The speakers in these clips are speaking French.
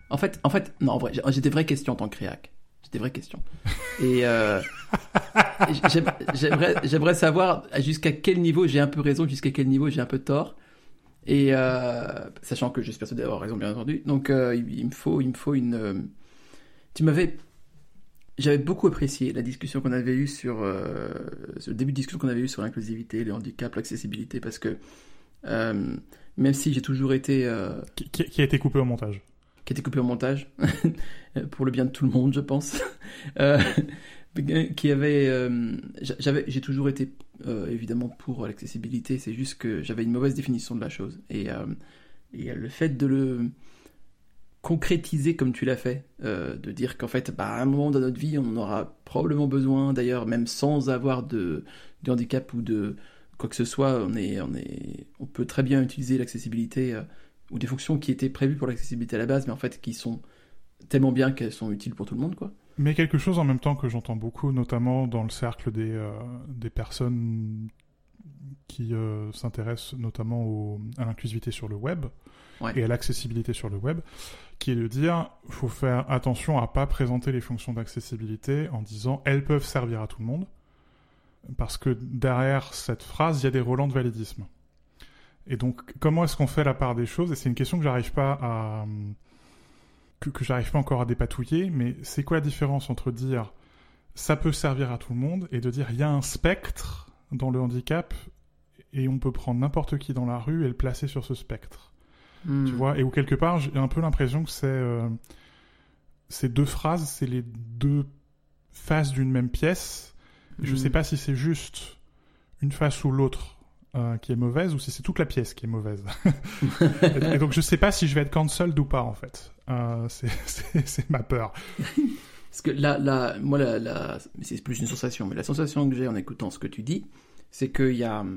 En fait, non, en vrai, j'ai des vraies questions en tant que réac. J'ai des vraies questions. Et j'aimerais savoir jusqu'à quel niveau j'ai un peu raison, jusqu'à quel niveau j'ai un peu tort. Et sachant que je suis persuadé d'avoir raison, bien entendu. Donc, il me faut une... J'avais beaucoup apprécié la discussion qu'on avait eue sur le début de discussion qu'on avait eue sur l'inclusivité, le handicap, l'accessibilité, parce que même si j'ai toujours été... Qui a été coupé au montage. Qui a été coupé au montage, pour le bien de tout le monde, je pense. J'ai toujours été évidemment pour l'accessibilité, c'est juste que j'avais une mauvaise définition de la chose. Et le fait de le concrétiser comme tu l'as fait, de dire qu'en fait, à un moment dans notre vie, on en aura probablement besoin, d'ailleurs, même sans avoir de handicap ou de quoi que ce soit, on peut très bien utiliser l'accessibilité ou des fonctions qui étaient prévues pour l'accessibilité à la base, mais en fait qui sont tellement bien qu'elles sont utiles pour tout le monde, quoi. Mais quelque chose en même temps que j'entends beaucoup, notamment dans le cercle des personnes qui s'intéressent notamment à l'inclusivité sur le web, ouais, et à l'accessibilité sur le web, qui est de dire il faut faire attention à ne pas présenter les fonctions d'accessibilité en disant elles peuvent servir à tout le monde, parce que derrière cette phrase, il y a des relents de validisme. Et donc, comment est-ce qu'on fait la part des choses ? Et c'est une question que j'arrive pas que j'arrive pas encore à dépatouiller, mais c'est quoi la différence entre dire ça peut servir à tout le monde et de dire il y a un spectre dans le handicap et on peut prendre n'importe qui dans la rue et le placer sur ce spectre. Tu vois ? Et où quelque part, j'ai un peu l'impression que ces deux phrases, c'est les deux faces d'une même pièce. Je sais pas si c'est juste une face ou l'autre qui est mauvaise, ou si c'est toute la pièce qui est mauvaise. et donc je sais pas si je vais être cancelled ou pas, en fait. C'est ma peur. Parce que moi, c'est plus une sensation, mais la sensation que j'ai en écoutant ce que tu dis, c'est qu'il y a...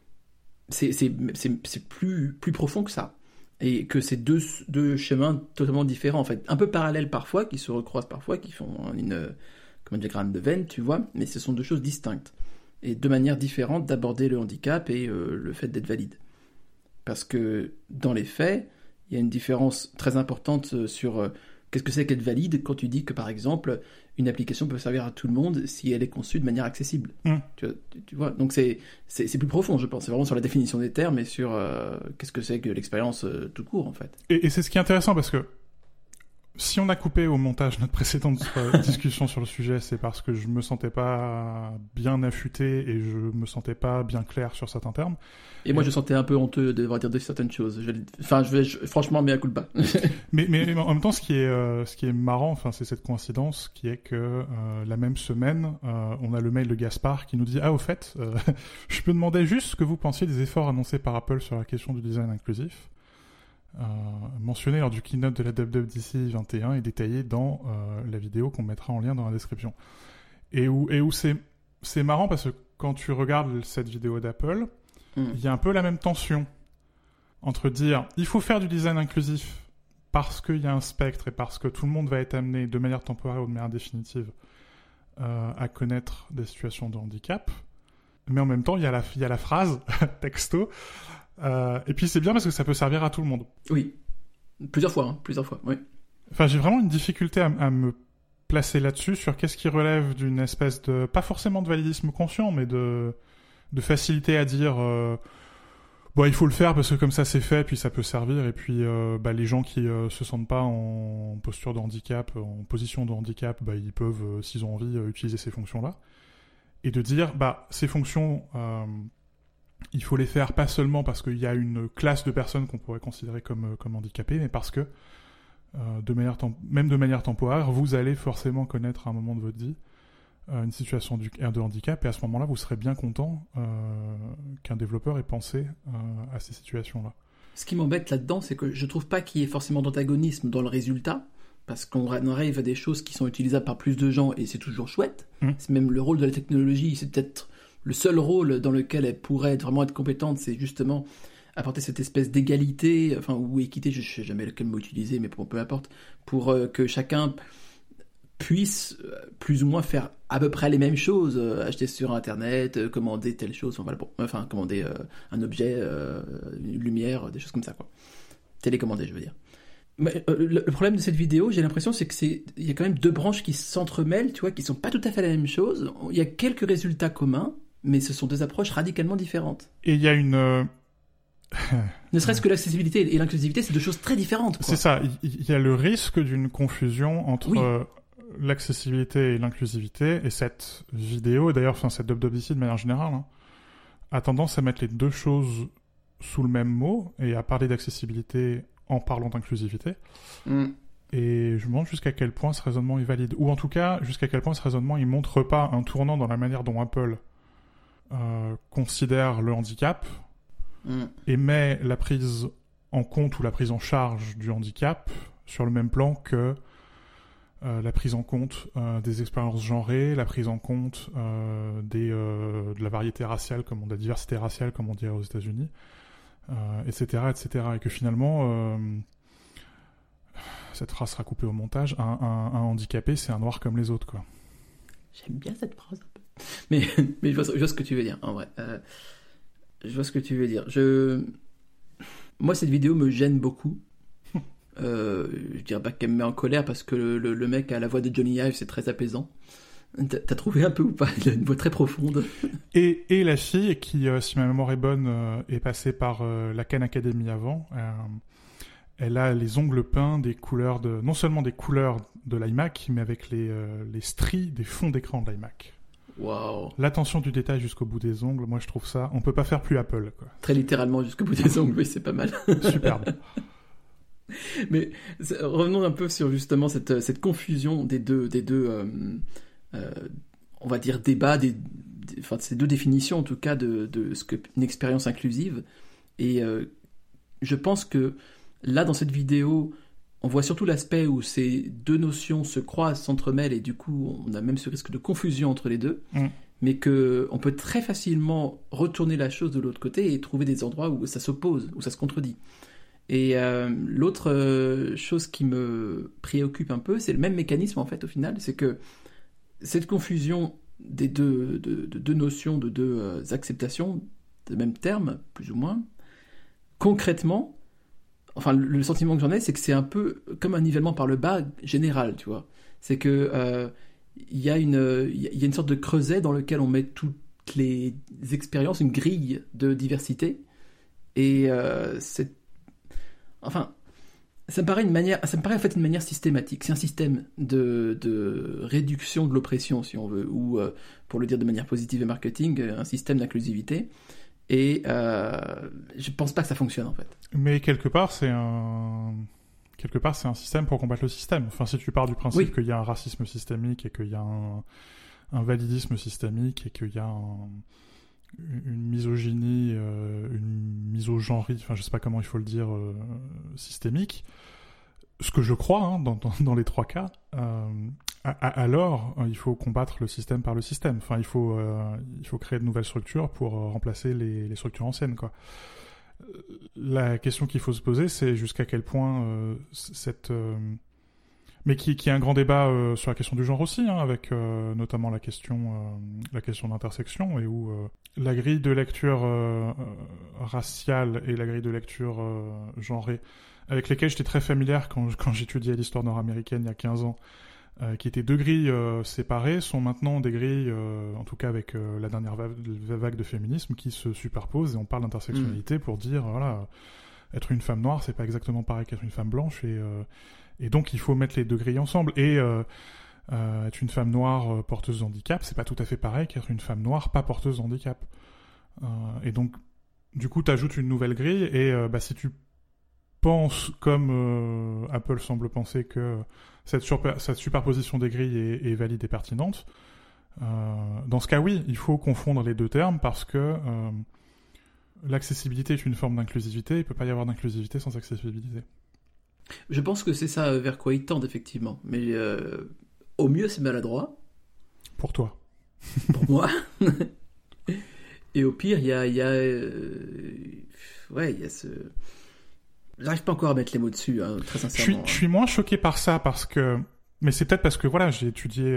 C'est plus profond que ça. Et que c'est deux chemins totalement différents, en fait. Un peu parallèles parfois, qui se recroisent parfois, qui font comme un diagramme de Venn, tu vois, mais ce sont deux choses distinctes. Et deux manières différentes d'aborder le handicap et le fait d'être valide. Parce que, dans les faits, il y a une différence très importante sur qu'est-ce que c'est qu'être valide quand tu dis que, par exemple, une application peut servir à tout le monde si elle est conçue de manière accessible. Tu vois, donc c'est plus profond, je pense. C'est vraiment sur la définition des termes et sur qu'est-ce que c'est que l'expérience tout court, en fait. Et c'est ce qui est intéressant, parce que si on a coupé au montage notre précédente discussion sur le sujet, c'est parce que je me sentais pas bien affûté et je me sentais pas bien clair sur certains termes. Et moi, je sentais un peu honteux de devoir dire certaines choses. Franchement, mais à coup de bas. mais en même temps, ce qui est marrant, c'est cette coïncidence qui est que la même semaine, on a le mail de Gaspard qui nous dit au fait, je peux demander juste ce que vous pensiez des efforts annoncés par Apple sur la question du design inclusif. Mentionné lors du keynote de la WWDC 21 et détaillé dans la vidéo qu'on mettra en lien dans la description. Et où c'est marrant parce que quand tu regardes cette vidéo d'Apple, il y a un peu la même tension entre dire il faut faire du design inclusif parce qu'il y a un spectre et parce que tout le monde va être amené de manière temporaire ou de manière définitive à connaître des situations de handicap, mais en même temps il y a la phrase texto. Et puis c'est bien parce que ça peut servir à tout le monde. Oui, plusieurs fois, oui. Enfin, j'ai vraiment une difficulté à me placer là-dessus, sur qu'est-ce qui relève d'une espèce de, pas forcément de validisme conscient, mais de facilité à dire il faut le faire parce que comme ça c'est fait, puis ça peut servir, et puis les gens qui se sentent pas en posture de handicap, en position de handicap, ils peuvent, s'ils ont envie, utiliser ces fonctions-là. Et de dire, ces fonctions... il faut les faire pas seulement parce qu'il y a une classe de personnes qu'on pourrait considérer comme handicapées, mais parce que, même de manière temporaire, vous allez forcément connaître à un moment de votre vie une situation de handicap, et à ce moment-là, vous serez bien content qu'un développeur ait pensé à ces situations-là. Ce qui m'embête là-dedans, c'est que je trouve pas qu'il y ait forcément d'antagonisme dans le résultat, parce qu'on arrive à des choses qui sont utilisables par plus de gens, et c'est toujours chouette. C'est même le rôle de la technologie, c'est peut-être... Le seul rôle dans lequel elle pourrait vraiment être compétente, c'est justement apporter cette espèce d'égalité, ou équité, je ne sais jamais quel mot utiliser, mais peu importe, pour que chacun puisse plus ou moins faire à peu près les mêmes choses, acheter sur Internet, commander telle chose, commander un objet, une lumière, des choses comme ça, quoi. Télécommander, je veux dire. Le problème de cette vidéo, j'ai l'impression, c'est il y a quand même deux branches qui s'entremêlent, tu vois, qui sont pas tout à fait la même chose. Il y a quelques résultats communs, mais ce sont deux approches radicalement différentes. Et il y a une... Ne serait-ce que l'accessibilité et l'inclusivité, c'est deux choses très différentes, quoi. C'est ça, il y a le risque d'une confusion entre l'accessibilité et l'inclusivité, et cette vidéo, d'ailleurs, cette dub ici de manière générale, hein, a tendance à mettre les deux choses sous le même mot, et à parler d'accessibilité en parlant d'inclusivité. Et je me demande jusqu'à quel point ce raisonnement est valide. Ou en tout cas, jusqu'à quel point ce raisonnement il montre pas un tournant dans la manière dont Apple considère le handicap et met la prise en compte ou la prise en charge du handicap sur le même plan que la prise en compte des expériences genrées, la prise en compte de la variété raciale, de la diversité raciale, comme on dirait aux États-Unis, etc., etc. Et que finalement, cette phrase sera coupée au montage, un handicapé, c'est un noir comme les autres, quoi. J'aime bien cette phrase un peu. Mais je vois ce que tu veux dire, en vrai. Je vois ce que tu veux dire. Moi, cette vidéo me gêne beaucoup. Je dirais pas qu'elle me met en colère parce que le mec à la voix de Johnny Ive, c'est très apaisant. T'as trouvé un peu ou pas? Il a une voix très profonde. Et la fille qui, si ma mémoire est bonne, est passée par la Khan Academy avant. Elle a les ongles peints des couleurs non seulement des couleurs de l'iMac, mais avec les stries des fonds d'écran de l'iMac. Waouh. L'attention du détail jusqu'au bout des ongles, moi je trouve ça, on peut pas faire plus Apple, quoi. Très littéralement jusqu'au bout des ongles, oui, c'est pas mal. Superbe. Mais revenons un peu sur justement cette confusion des deux on va dire débats, enfin ces deux définitions en tout cas de ce qu'est une expérience inclusive. Et je pense que là dans cette vidéo, on voit surtout l'aspect où ces deux notions se croisent, s'entremêlent, et du coup on a même ce risque de confusion entre les deux, mais qu'on peut très facilement retourner la chose de l'autre côté et trouver des endroits où ça s'oppose, où ça se contredit. Et l'autre chose qui me préoccupe un peu, c'est le même mécanisme en fait au final, c'est que cette confusion des deux notions, de deux acceptations, des mêmes termes, plus ou moins, concrètement, enfin le sentiment que j'en ai, c'est que c'est un peu comme un nivellement par le bas général, tu vois. C'est que il y a une sorte de creuset dans lequel on met toutes les expériences, une grille de diversité, et enfin, ça me paraît en fait une manière systématique. C'est un système de réduction de l'oppression, si on veut, ou pour le dire de manière positive et marketing, un système d'inclusivité. Et je pense pas que ça fonctionne en fait. Mais quelque part, c'est un système pour combattre le système. Enfin, si tu pars du principe qu'il y a un racisme systémique et qu'il y a un validisme systémique et qu'il y a une misogynie, une misogenrie, enfin je sais pas comment il faut le dire, systémique, ce que je crois hein, dans les trois cas, alors il faut combattre le système par le système. Enfin il faut créer de nouvelles structures pour remplacer les structures anciennes, quoi. La question qu'il faut se poser, c'est jusqu'à quel point mais qui est un grand débat sur la question du genre aussi, hein, avec notamment la question d'intersection, et où la grille de lecture raciale et la grille de lecture genrée, avec lesquelles j'étais très familière quand j'étudiais l'histoire nord-américaine il y a 15 ans, qui étaient deux grilles séparées, sont maintenant des grilles, en tout cas avec la dernière vague de féminisme, qui se superposent, et on parle d'intersectionnalité pour dire, voilà, être une femme noire, c'est pas exactement pareil qu'être une femme blanche, et donc il faut mettre les deux grilles ensemble. Et être une femme noire porteuse de handicap, c'est pas tout à fait pareil qu'être une femme noire pas porteuse de handicap. Et donc, du coup, t'ajoutes une nouvelle grille, et si tu penses, comme Apple semble penser, que cette superposition des grilles est valide et pertinente, dans ce cas, oui, il faut confondre les deux termes, parce que l'accessibilité est une forme d'inclusivité, il peut pas y avoir d'inclusivité sans accessibilité. Je pense que c'est ça vers quoi ils tendent, effectivement. Mais au mieux, c'est maladroit. Pour toi. Pour moi. Et au pire, il y a ce... J'arrive pas encore à mettre les mots dessus, hein, très sincèrement. Je suis moins choqué par ça, parce que Mais c'est peut-être parce que voilà, j'ai étudié,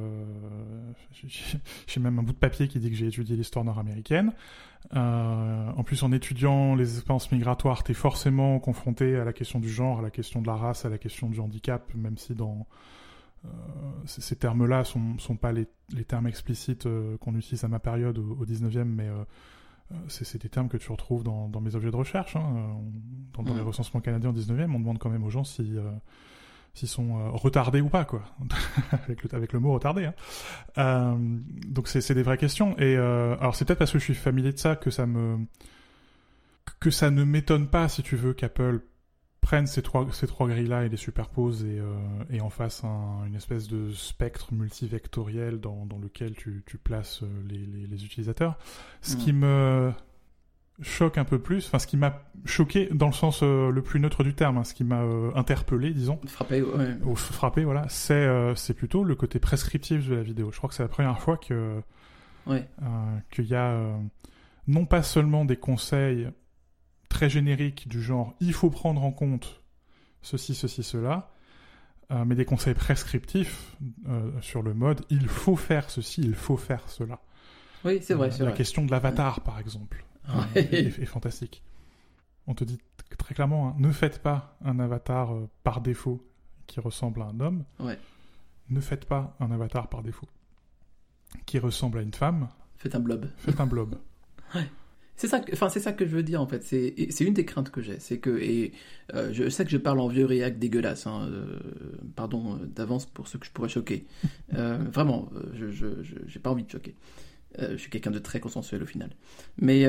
j'ai même un bout de papier qui dit que j'ai étudié l'histoire nord-américaine. En plus, en étudiant les expériences migratoires, t'es forcément confronté à la question du genre, à la question de la race, à la question du handicap, même si dans ces termes-là sont pas les termes explicites qu'on utilise à ma période au 19e, mais c'est des termes que tu retrouves dans mes objets de recherche. Hein. Dans les recensements canadiens au 19e, on demande quand même aux gens s'ils sont retardés ou pas, quoi. avec le mot retardé. Hein. Donc c'est des vraies questions. Et alors c'est peut-être parce que je suis familier de ça que ça ne m'étonne pas, si tu veux, qu'Apple prenne ces trois grilles-là et les superpose et en fasse une espèce de spectre multivectoriel dans lequel tu places les utilisateurs. Ce qui me choque un peu plus, enfin ce qui m'a choqué dans le sens le plus neutre du terme, hein, ce qui m'a interpellé, disons. Frappé, ouais. Frappé, voilà. C'est plutôt le côté prescriptif de la vidéo. Je crois que c'est la première fois qu'il y a non pas seulement des conseils très génériques du genre il faut prendre en compte ceci, cela, mais des conseils prescriptifs sur le mode il faut faire ceci, il faut faire cela. Oui, c'est vrai. La question de l'avatar, par exemple, est fantastique. On te dit très clairement, hein, ne faites pas un avatar par défaut qui ressemble à un homme. Ouais. Ne faites pas un avatar par défaut qui ressemble à une femme. Faites un blob. Ouais. C'est ça que je veux dire en fait. C'est une des craintes que j'ai. C'est que je sais que je parle en vieux React dégueulasse. Hein, pardon d'avance pour ceux que je pourrais choquer. Vraiment, j'ai pas envie de choquer. Je suis quelqu'un de très consensuel au final. Mais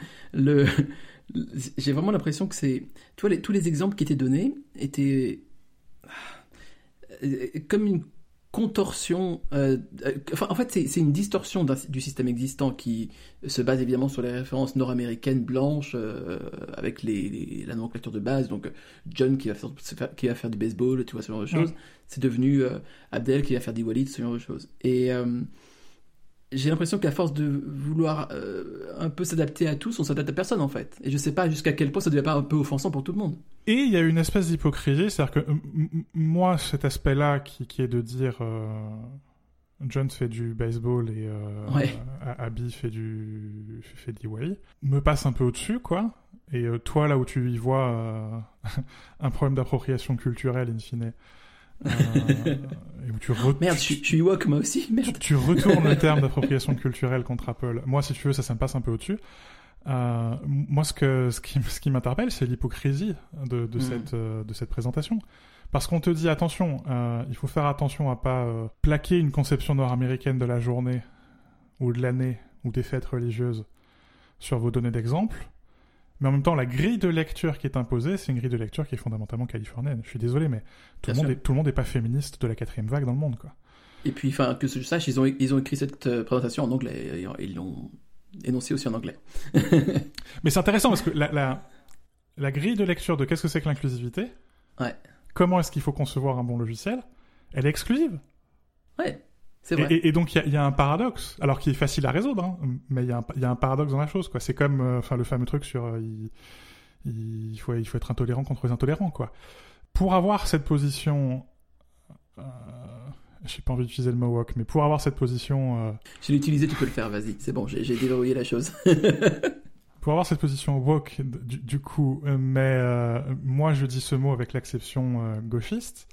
j'ai vraiment l'impression que tous les exemples qui étaient donnés étaient comme une contorsion. En fait, c'est une distorsion du système existant qui se base évidemment sur les références nord-américaines blanches avec la nomenclature de base. Donc John qui va faire du baseball, tu vois, ce genre de choses. C'est devenu Abdel qui va faire du Walid, ce genre de choses. Et j'ai l'impression qu'à force de vouloir un peu s'adapter à tous, on s'adapte à personne en fait. Et je sais pas jusqu'à quel point ça devient pas un peu offensant pour tout le monde. Et il y a une espèce d'hypocrisie, c'est-à-dire que moi, cet aspect-là qui est de dire John fait du baseball et Abby fait du Wally, me passe un peu au-dessus, quoi. Et toi, là où tu y vois un problème d'appropriation culturelle, in fine, et où merde, je suis woke moi aussi, merde. Tu retournes le terme d'appropriation culturelle contre Apple. Moi, si tu veux, ça me passe un peu au-dessus. Moi, ce qui m'interpelle, c'est l'hypocrisie de cette présentation. Parce qu'on te dit, attention, il faut faire attention à pas plaquer une conception nord-américaine de la journée, ou de l'année, ou des fêtes religieuses sur vos données d'exemple. Mais en même temps, la grille de lecture qui est imposée, c'est une grille de lecture qui est fondamentalement californienne. Je suis désolé, mais tout le monde n'est pas féministe de la 4e vague dans le monde, quoi. Et puis, enfin, que je sache, ils ont écrit cette présentation en anglais. Ils l'ont énoncée aussi en anglais. Mais c'est intéressant parce que la grille de lecture de qu'est-ce que c'est que l'inclusivité, comment est-ce qu'il faut concevoir un bon logiciel, elle est exclusive. Ouais. C'est vrai. Et donc il y a un paradoxe, alors qui est facile à résoudre, hein, mais il y a un paradoxe dans la chose, quoi. C'est comme le fameux truc sur il faut être intolérant contre les intolérants, quoi. Pour avoir cette position, j'ai pas envie d'utiliser le mot woke, mais pour avoir cette position, je l'ai utilisé, tu peux le faire, vas-y, c'est bon, j'ai déverrouillé la chose. Pour avoir cette position woke, du coup, mais moi je dis ce mot avec l'acception gauchiste.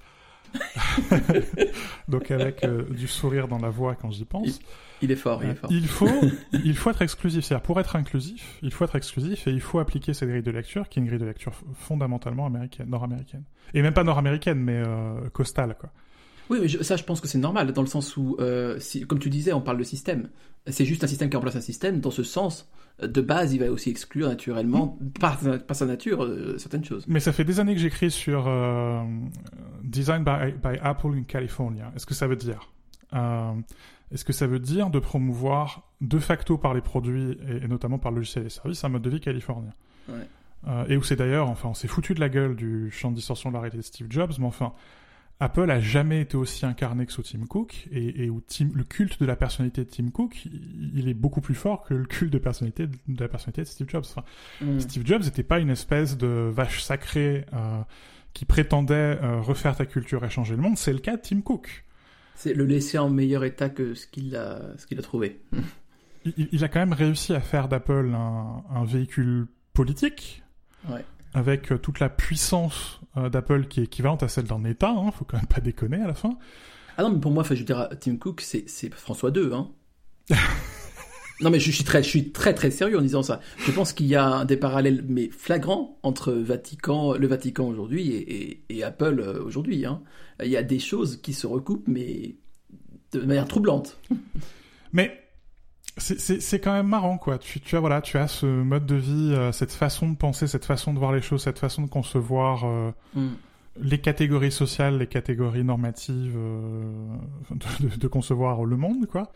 Donc avec du sourire dans la voix quand j'y pense. Il est fort. Il faut être exclusif. C'est-à-dire, pour être inclusif, il faut être exclusif et il faut appliquer cette grille de lecture qui est une grille de lecture fondamentalement nord-américaine. Et même pas nord-américaine, mais costale, quoi. Oui, mais je pense que c'est normal, dans le sens où, comme tu disais, on parle de système. C'est juste un système qui remplace un système. Dans ce sens, de base, il va aussi exclure naturellement, par sa nature, certaines choses. Mais ça fait des années que j'écris sur Design by Apple in California. Est-ce que ça veut dire de promouvoir de facto par les produits et notamment par le logiciel et services un mode de vie californien? Ouais. Et où c'est d'ailleurs, enfin, on s'est foutu de la gueule du champ de distorsion de la réalité de Steve Jobs, mais enfin, Apple a jamais été aussi incarné que sous Tim Cook, et où le culte de la personnalité de Tim Cook, il est beaucoup plus fort que le culte de la personnalité de Steve Jobs. Enfin, Steve Jobs n'était pas une espèce de vache sacrée qui prétendait refaire ta culture et changer le monde, c'est le cas de Tim Cook. C'est le laisser en meilleur état que ce qu'il a trouvé. Il a quand même réussi à faire d'Apple un véhicule politique, avec toute la puissance d'Apple qui est équivalente à celle d'un État, hein, faut quand même pas déconner à la fin. Ah non, mais pour moi, je veux dire, Tim Cook, c'est François II, hein. Non, mais je suis très très sérieux en disant ça. Je pense qu'il y a des parallèles, mais flagrants, entre le Vatican aujourd'hui et Apple aujourd'hui, hein. Il y a des choses qui se recoupent, mais de manière troublante. Mais c'est quand même marrant, quoi. Tu as ce mode de vie, cette façon de penser, cette façon de voir les choses, cette façon de concevoir les catégories sociales, les catégories normatives, de concevoir le monde, quoi.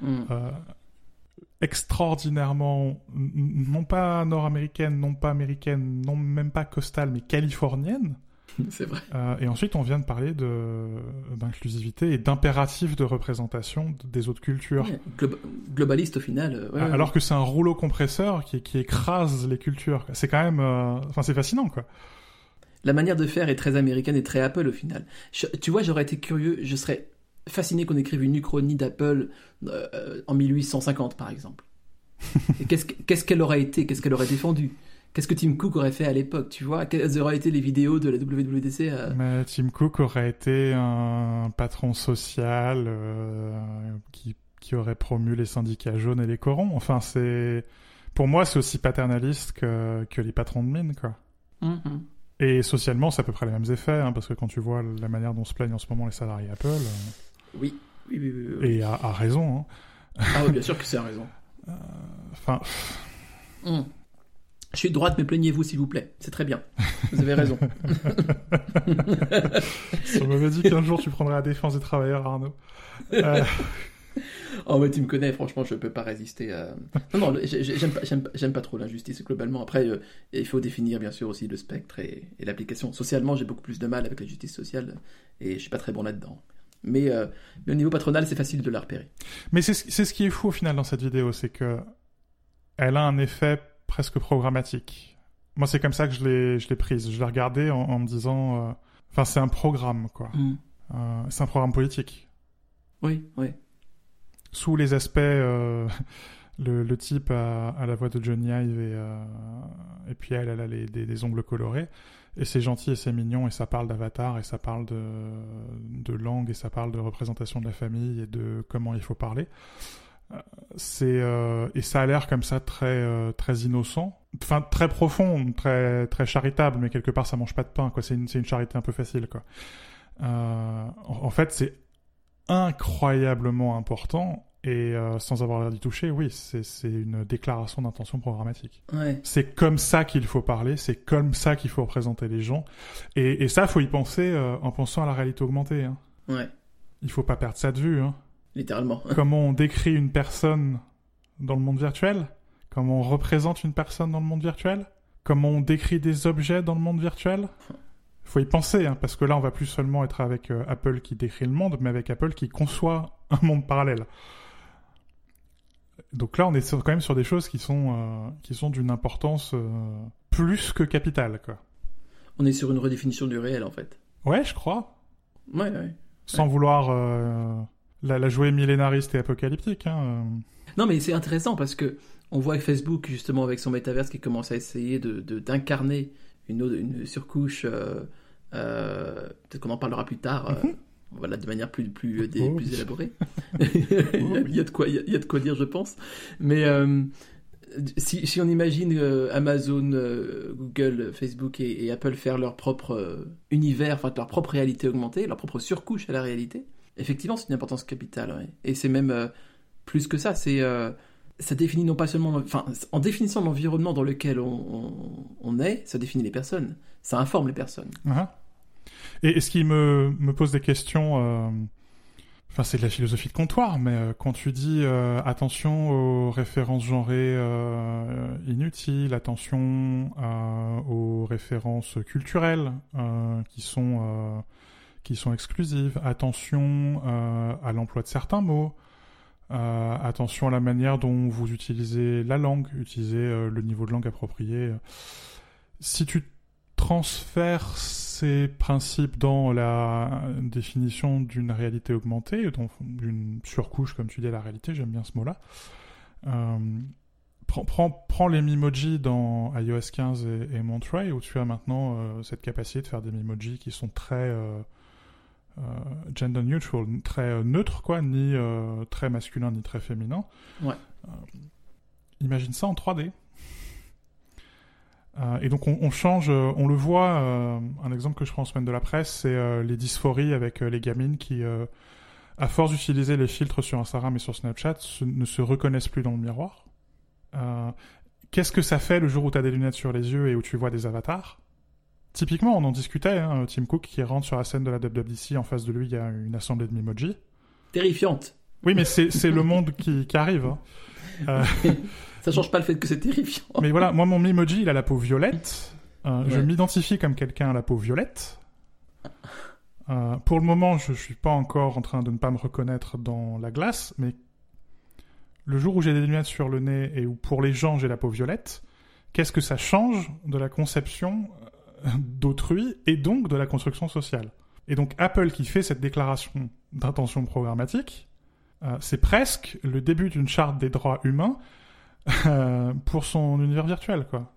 Extraordinairement, non pas nord-américaine, non pas américaine, non même pas costale, mais californienne. C'est vrai. Et ensuite, on vient de parler d'inclusivité et d'impératif de représentation des autres cultures. Oui, globaliste au final. Alors que c'est un rouleau compresseur qui écrase les cultures. C'est quand même... c'est fascinant, quoi. La manière de faire est très américaine et très Apple au final. Tu vois, j'aurais été curieux, je serais fasciné qu'on écrive une uchronie d'Apple en 1850, par exemple. Et qu'est-ce qu'elle aurait été? Qu'est-ce qu'elle aurait défendu? Qu'est-ce que Tim Cook aurait fait à l'époque, tu vois? Quelles auraient été les vidéos de la WWDC Mais Tim Cook aurait été un patron social qui aurait promu les syndicats jaunes et les corons. Enfin, pour moi, c'est aussi paternaliste que les patrons de mine, quoi. Mm-hmm. Et socialement, c'est à peu près les mêmes effets, hein, parce que quand tu vois la manière dont se plaignent en ce moment les salariés Apple... Oui. Et à raison, hein. Ah oui, bien sûr que c'est à raison. Je suis de droite, mais plaignez-vous, s'il vous plaît. C'est très bien. Vous avez raison. Ça m'avait dit qu'un jour, tu prendrais la défense des travailleurs, Arnaud. Oh, mais tu me connais, franchement, je peux pas résister à... Non, j'aime pas trop l'injustice, globalement. Après, il faut définir, bien sûr, aussi le spectre et l'application. Socialement, j'ai beaucoup plus de mal avec la justice sociale, et je suis pas très bon là-dedans. Mais au niveau patronal, c'est facile de la repérer. Mais c'est ce qui est fou, au final, dans cette vidéo, c'est que elle a un effet presque programmatique. Moi, c'est comme ça que je l'ai prise. Je l'ai regardée en me disant... c'est un programme, quoi. C'est un programme politique. Oui. Sous les aspects... le type a la voix de Johnny Ive et puis elle a des ongles colorés. Et c'est gentil et c'est mignon et ça parle d'avatar et ça parle de langue et ça parle de représentation de la famille et de comment il faut parler. Et ça a l'air comme ça très innocent, enfin très profond, très très charitable, mais quelque part ça mange pas de pain, quoi. C'est une charité un peu facile, quoi. En fait, c'est incroyablement important et sans avoir l'air d'y toucher, oui, c'est une déclaration d'intention programmatique. Ouais. C'est comme ça qu'il faut parler, c'est comme ça qu'il faut représenter les gens, et ça faut y penser en pensant à la réalité augmentée, hein. Ouais. Il faut pas perdre ça de vue, hein. Littéralement. Comment on décrit une personne dans le monde virtuel? Comment on représente une personne dans le monde virtuel? Comment on décrit des objets dans le monde virtuel? Faut y penser, hein, parce que là, on va plus seulement être avec Apple qui décrit le monde, mais avec Apple qui conçoit un monde parallèle. Donc là, on est quand même sur des choses qui sont d'une importance plus que capitale, quoi. On est sur une redéfinition du réel, en fait. Ouais, je crois. Ouais. Sans vouloir la jouer millénariste et apocalyptique, hein. Non, mais c'est intéressant parce que on voit Facebook, justement, avec son métaverse, qui commence à essayer d'incarner une surcouche. Peut-être qu'on en parlera plus tard. Voilà, de manière plus élaborée. Il y a de quoi dire, je pense. Mais si on imagine Amazon, Google, Facebook et Apple faire leur propre univers, enfin leur propre réalité augmentée, leur propre surcouche à la réalité, effectivement, c'est une importance capitale. Ouais. Et c'est même plus que ça. Ça définit non pas seulement... en définissant l'environnement dans lequel on est, ça définit les personnes. Ça informe les personnes. Uh-huh. Et ce qui me pose des questions... c'est de la philosophie de comptoir, mais quand tu dis attention aux références genrées inutiles, attention aux références culturelles qui sont exclusives, attention à l'emploi de certains mots, attention à la manière dont vous utilisez la langue, utilisez le niveau de langue approprié. Si tu transfères ces principes dans la définition d'une réalité augmentée, d'une surcouche, comme tu dis, à la réalité, j'aime bien ce mot-là. Prends les Memoji dans iOS 15 et Monterey, où tu as maintenant cette capacité de faire des Memoji qui sont très gender neutral, très neutres, quoi, ni très masculin ni très féminin. Ouais. Imagine ça en 3D. Et donc on change, on le voit, un exemple que je prends en semaine de la presse, c'est les dysphories avec les gamines qui, à force d'utiliser les filtres sur Instagram et sur Snapchat, ne se reconnaissent plus dans le miroir. Qu'est-ce que ça fait le jour où tu as des lunettes sur les yeux et où tu vois des avatars ? Typiquement, on en discutait, hein, Tim Cook qui rentre sur la scène de la WWDC, en face de lui, il y a une assemblée de Memoji. Terrifiante. Oui, mais c'est le monde qui arrive. Hein. Ça change pas le fait que c'est terrifiant. Mais voilà, moi, mon Memoji, il a la peau violette. Je m'identifie comme quelqu'un à la peau violette. Pour le moment, je suis pas encore en train de ne pas me reconnaître dans la glace, mais le jour où j'ai des lunettes sur le nez et où pour les gens j'ai la peau violette, qu'est-ce que ça change de la conception d'autrui et donc de la construction sociale ? Et donc Apple qui fait cette déclaration d'intention programmatique, c'est presque le début d'une charte des droits humains pour son univers virtuel, quoi.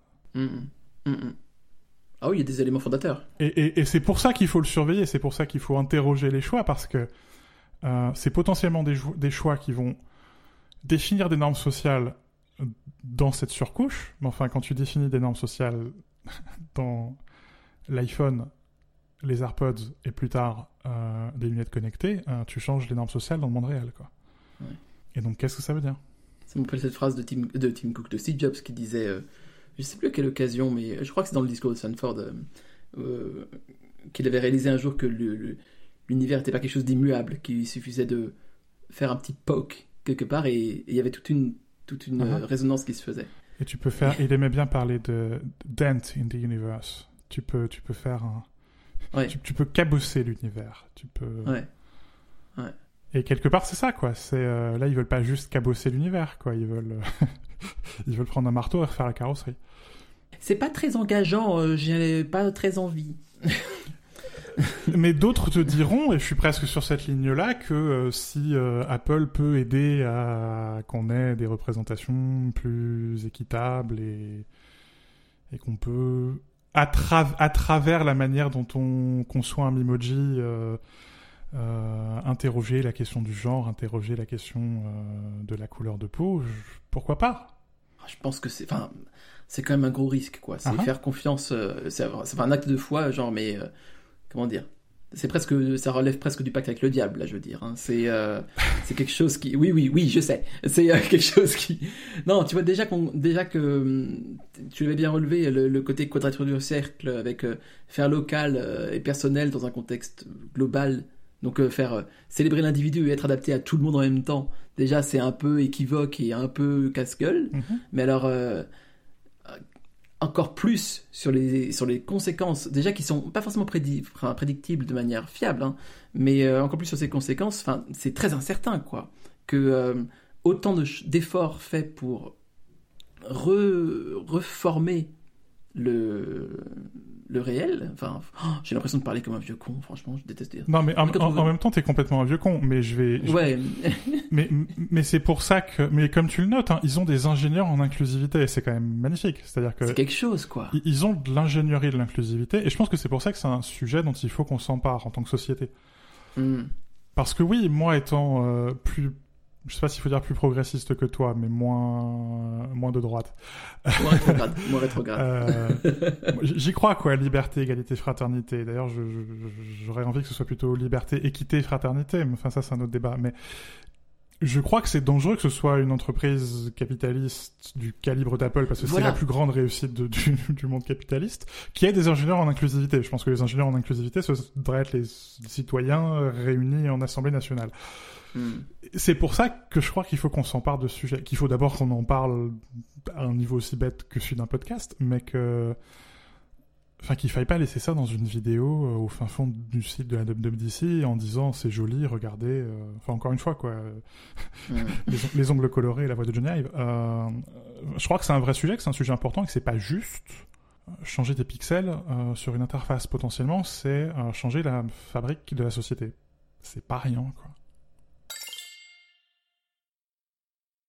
Ah oui, il y a des éléments fondateurs. Et c'est pour ça qu'il faut le surveiller, c'est pour ça qu'il faut interroger les choix, parce que c'est potentiellement des choix qui vont définir des normes sociales dans cette surcouche. Mais enfin, quand tu définis des normes sociales dans l'iPhone, les AirPods et plus tard des lunettes connectées, tu changes les normes sociales dans le monde réel, quoi. Ouais. Et donc, qu'est-ce que ça veut dire ? Ça me rappelle cette phrase de Tim Cook, de Steve Jobs, qui disait, je sais plus à quelle occasion, mais je crois que c'est dans le discours de Stanford, qu'il avait réalisé un jour que l'univers n'était pas quelque chose d'immuable, qu'il suffisait de faire un petit poke quelque part et il y avait toute une résonance qui se faisait. Et tu peux faire, il aimait bien parler de dent in the universe. Tu peux faire un... Ouais. Tu peux cabosser l'univers. Tu peux... Ouais. Et quelque part, c'est ça, quoi. Là, ils veulent pas juste cabosser l'univers, quoi. Ils veulent prendre un marteau et refaire la carrosserie. C'est pas très engageant, j'ai pas très envie. Mais d'autres te diront, et je suis presque sur cette ligne-là, que si Apple peut aider à qu'on ait des représentations plus équitables et qu'on peut, à travers la manière dont on conçoit un Memoji, interroger la question du genre, interroger la question de la couleur de peau, pourquoi pas ? Je pense que c'est quand même un gros risque, quoi. C'est faire confiance, c'est un acte de foi, genre, mais comment dire ? Ça relève presque du pacte avec le diable, là, je veux dire. Hein. C'est quelque chose qui... Oui, je sais. C'est quelque chose qui... Non, tu vois, déjà que tu l'avais bien relevé, le côté quadrature du cercle, avec faire local et personnel dans un contexte global. Donc faire célébrer l'individu et être adapté à tout le monde en même temps, déjà, c'est un peu équivoque et un peu casse-gueule. Mais alors... encore plus sur les conséquences, déjà qui sont pas forcément prédictibles de manière fiable, hein, mais encore plus sur ces conséquences, c'est très incertain, quoi. Que autant d'efforts faits pour reformer le réel, j'ai l'impression de parler comme un vieux con, franchement, je déteste dire. Non, mais en même temps, t'es complètement un vieux con, mais Ouais. mais c'est pour ça que, mais comme tu le notes, hein, ils ont des ingénieurs en inclusivité, et c'est quand même magnifique. C'est-à-dire que c'est quelque chose, quoi. Ils ont de l'ingénierie de l'inclusivité, et je pense que c'est pour ça que c'est un sujet dont il faut qu'on s'empare en tant que société. Parce que oui, moi étant plus, je sais pas s'il faut dire plus progressiste que toi, mais moins de droite. Moins rétrograde. J'y crois, quoi, liberté, égalité, fraternité. D'ailleurs, j'aurais envie que ce soit plutôt liberté, équité, fraternité. Mais enfin, ça, c'est un autre débat. Mais je crois que c'est dangereux que ce soit une entreprise capitaliste du calibre d'Apple, parce que c'est la plus grande réussite du monde capitaliste, qui ait des ingénieurs en inclusivité. Je pense que les ingénieurs en inclusivité, ce devraient être les citoyens réunis en Assemblée nationale. C'est pour ça que je crois qu'il faut qu'on s'empare de ce sujet, qu'il faut d'abord qu'on en parle à un niveau aussi bête que celui d'un podcast, mais qu'il faille pas laisser ça dans une vidéo au fin fond du site de la WWDC en disant c'est joli, regardez, encore une fois, quoi, les ongles colorés et la voix de Johnny Ive. Je crois que c'est un vrai sujet, que c'est un sujet important et que c'est pas juste changer des pixels sur une interface potentiellement, c'est changer la fabrique de la société. C'est pas rien, quoi.